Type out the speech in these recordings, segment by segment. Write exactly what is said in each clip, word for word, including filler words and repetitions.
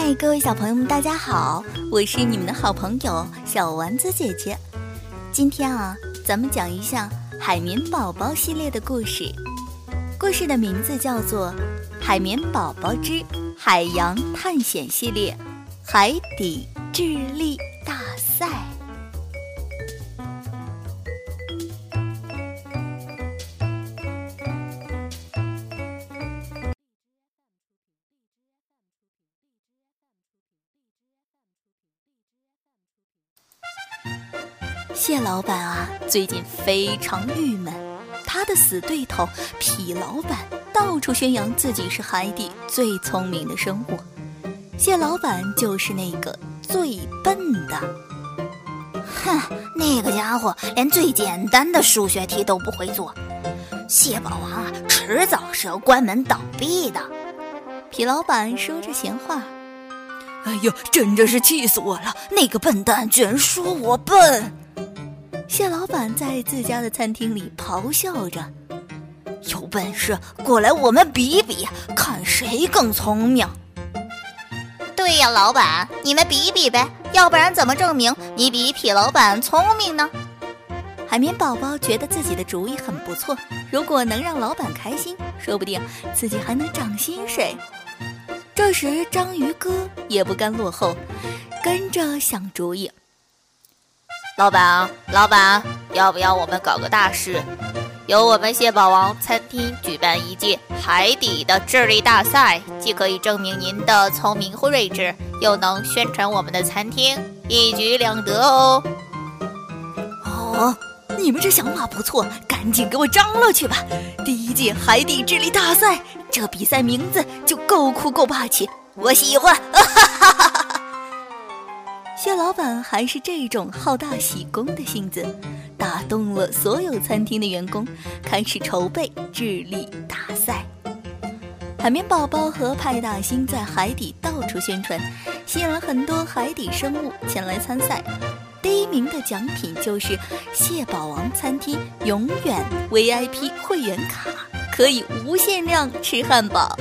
嗨，各位小朋友们，大家好，我是你们的好朋友小丸子姐姐。今天啊，咱们讲一下海绵宝宝系列的故事。故事的名字叫做《海绵宝宝之海洋探险系列：海底智力大赛》。蟹老板啊，最近非常郁闷，他的死对头痞老板到处宣扬自己是海底最聪明的生物，蟹老板就是那个最笨的。 哼，那个家伙连最简单的数学题都不会做，蟹堡王啊，迟早是要关门倒闭的。 痞老板说着闲话。 哎呦，真的是气死我了！那个笨蛋居然说我笨！ 蟹老板在自家的餐厅里咆哮着：“ 有本事过来，我们比比，看谁更聪明！” 对呀，老板，你们比比呗，要不然怎么证明你比痞老板聪明呢？ 海绵宝宝觉得自己的主意很不错，如果能让老板开心，说不定自己还能涨薪水。这时章鱼哥也不甘落后，跟着想主意。 老板，老板，要不要我们搞个大事？由我们蟹堡王餐厅举办一届海底的智力大赛，既可以证明您的聪明和睿智，又能宣传我们的餐厅，一举两得哦。 哦，你们这想法不错，赶紧给我张罗去吧！第一届海底智力大赛，这比赛名字就够酷够霸气，我喜欢！ 蟹老板还是这种好大喜功的性子，打动了所有餐厅的员工，开始筹备智力大赛。海绵宝宝和派大星在海底到处宣传，吸引了很多海底生物前来参赛。第一名的奖品就是蟹堡王餐厅永远 V I P 会员卡，可以无限量吃汉堡。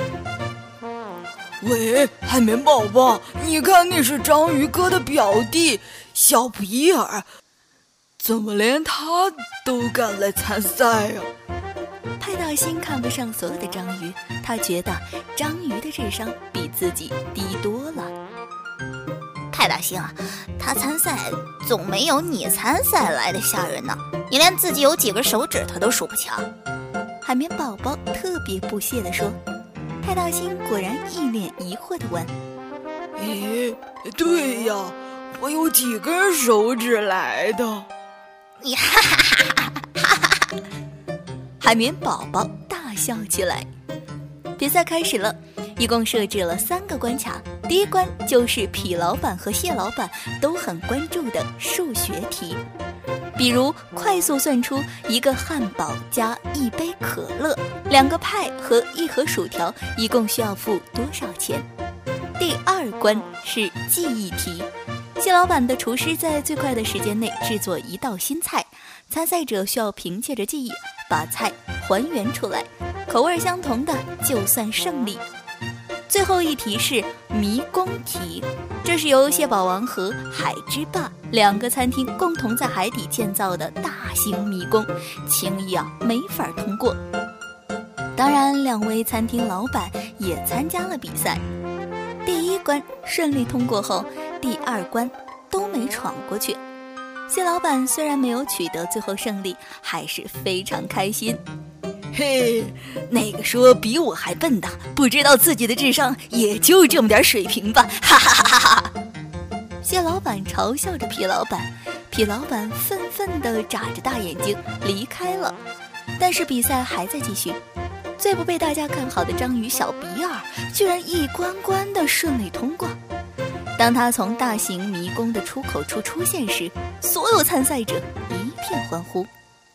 喂，海绵宝宝，你看那是章鱼哥的表弟小皮尔，怎么连他都敢来参赛啊？ 派大星看不上所有的章鱼，他觉得章鱼的智商比自己低多了。 派大星啊，他参赛总没有你参赛来的吓人呢，你连自己有几根手指头都数不清。 海绵宝宝特别不屑地说。派大星果然一脸疑惑地问：“ 咦，对呀，我有几根手指来的？” 你哈哈哈哈哈哈！ 海绵宝宝大笑起来。比赛开始了，一共设置了三个关卡。第一关就是痞老板和蟹老板都很关注的数学题，比如快速算出一个汉堡加一杯可乐、两个派和一盒薯条一共需要付多少钱。第二关是记忆题，蟹老板的厨师在最快的时间内制作一道新菜，参赛者需要凭借着记忆把菜还原出来，口味相同的就算胜利。最后一题是迷宫题，这是由蟹堡王和海之霸两个餐厅共同在海底建造的大型迷宫，轻易啊没法通过。当然，两位餐厅老板也参加了比赛。第一关顺利通过后，第二关都没闯过去。蟹老板虽然没有取得最后胜利，还是非常开心。 嘿，那个说比我还笨的，不知道自己的智商也就这么点水平吧，哈哈哈哈！ 蟹老板嘲笑着痞老板，痞老板愤愤地眨着大眼睛离开了。但是比赛还在继续，最不被大家看好的章鱼小比尔居然一关关地顺利通过。当他从大型迷宫的出口处出现时，所有参赛者一片欢呼。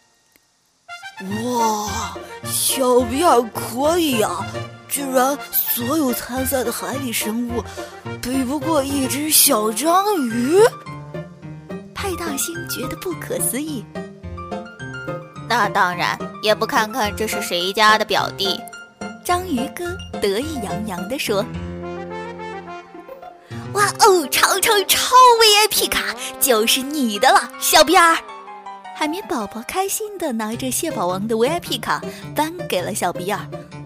哇，小比尔可以啊！居然所有参赛的海底生物比不过一只小章鱼。 派大星觉得不可思议。 那当然，也不看看这是谁家的表弟。 章鱼哥得意洋洋地说。 哇哦，超超超 V I P 卡就是你的了，小比尔！ 海绵宝宝开心地拿着蟹堡王的 V I P 卡颁给了小比尔。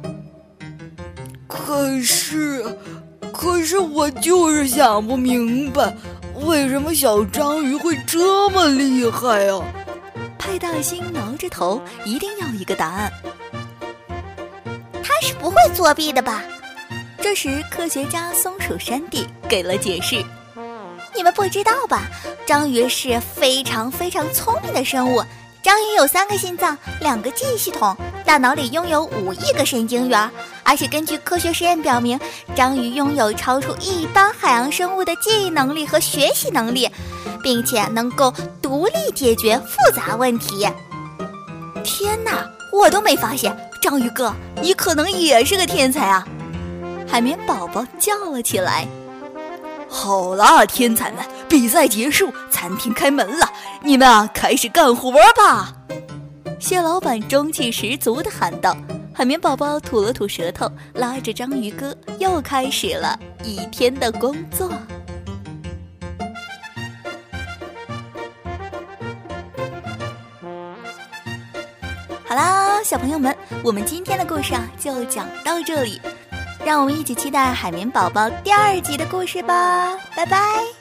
可是，可是我就是想不明白，为什么小章鱼会这么厉害啊？ 派大星挠着头，一定要一个答案。 他是不会作弊的吧？ 这时，科学家松鼠山地给了解释。 你们不知道吧？章鱼是非常非常聪明的生物。章鱼有三个心脏，两个记忆系统，大脑里拥有五亿个神经元，而且根据科学实验表明，章鱼拥有超出一般海洋生物的记忆能力和学习能力，并且能够独立解决复杂问题。 天哪，我都没发现，章鱼哥，你可能也是个天才啊！海绵宝宝叫了起来。 好啦，天才们，比赛结束，餐厅开门了，你们啊，开始干活吧！ 蟹老板中气十足地喊道。海绵宝宝吐了吐舌头，拉着章鱼哥又开始了一天的工作。好啦，小朋友们，我们今天的故事啊就讲到这里，让我们一起期待海绵宝宝第二集的故事吧，拜拜。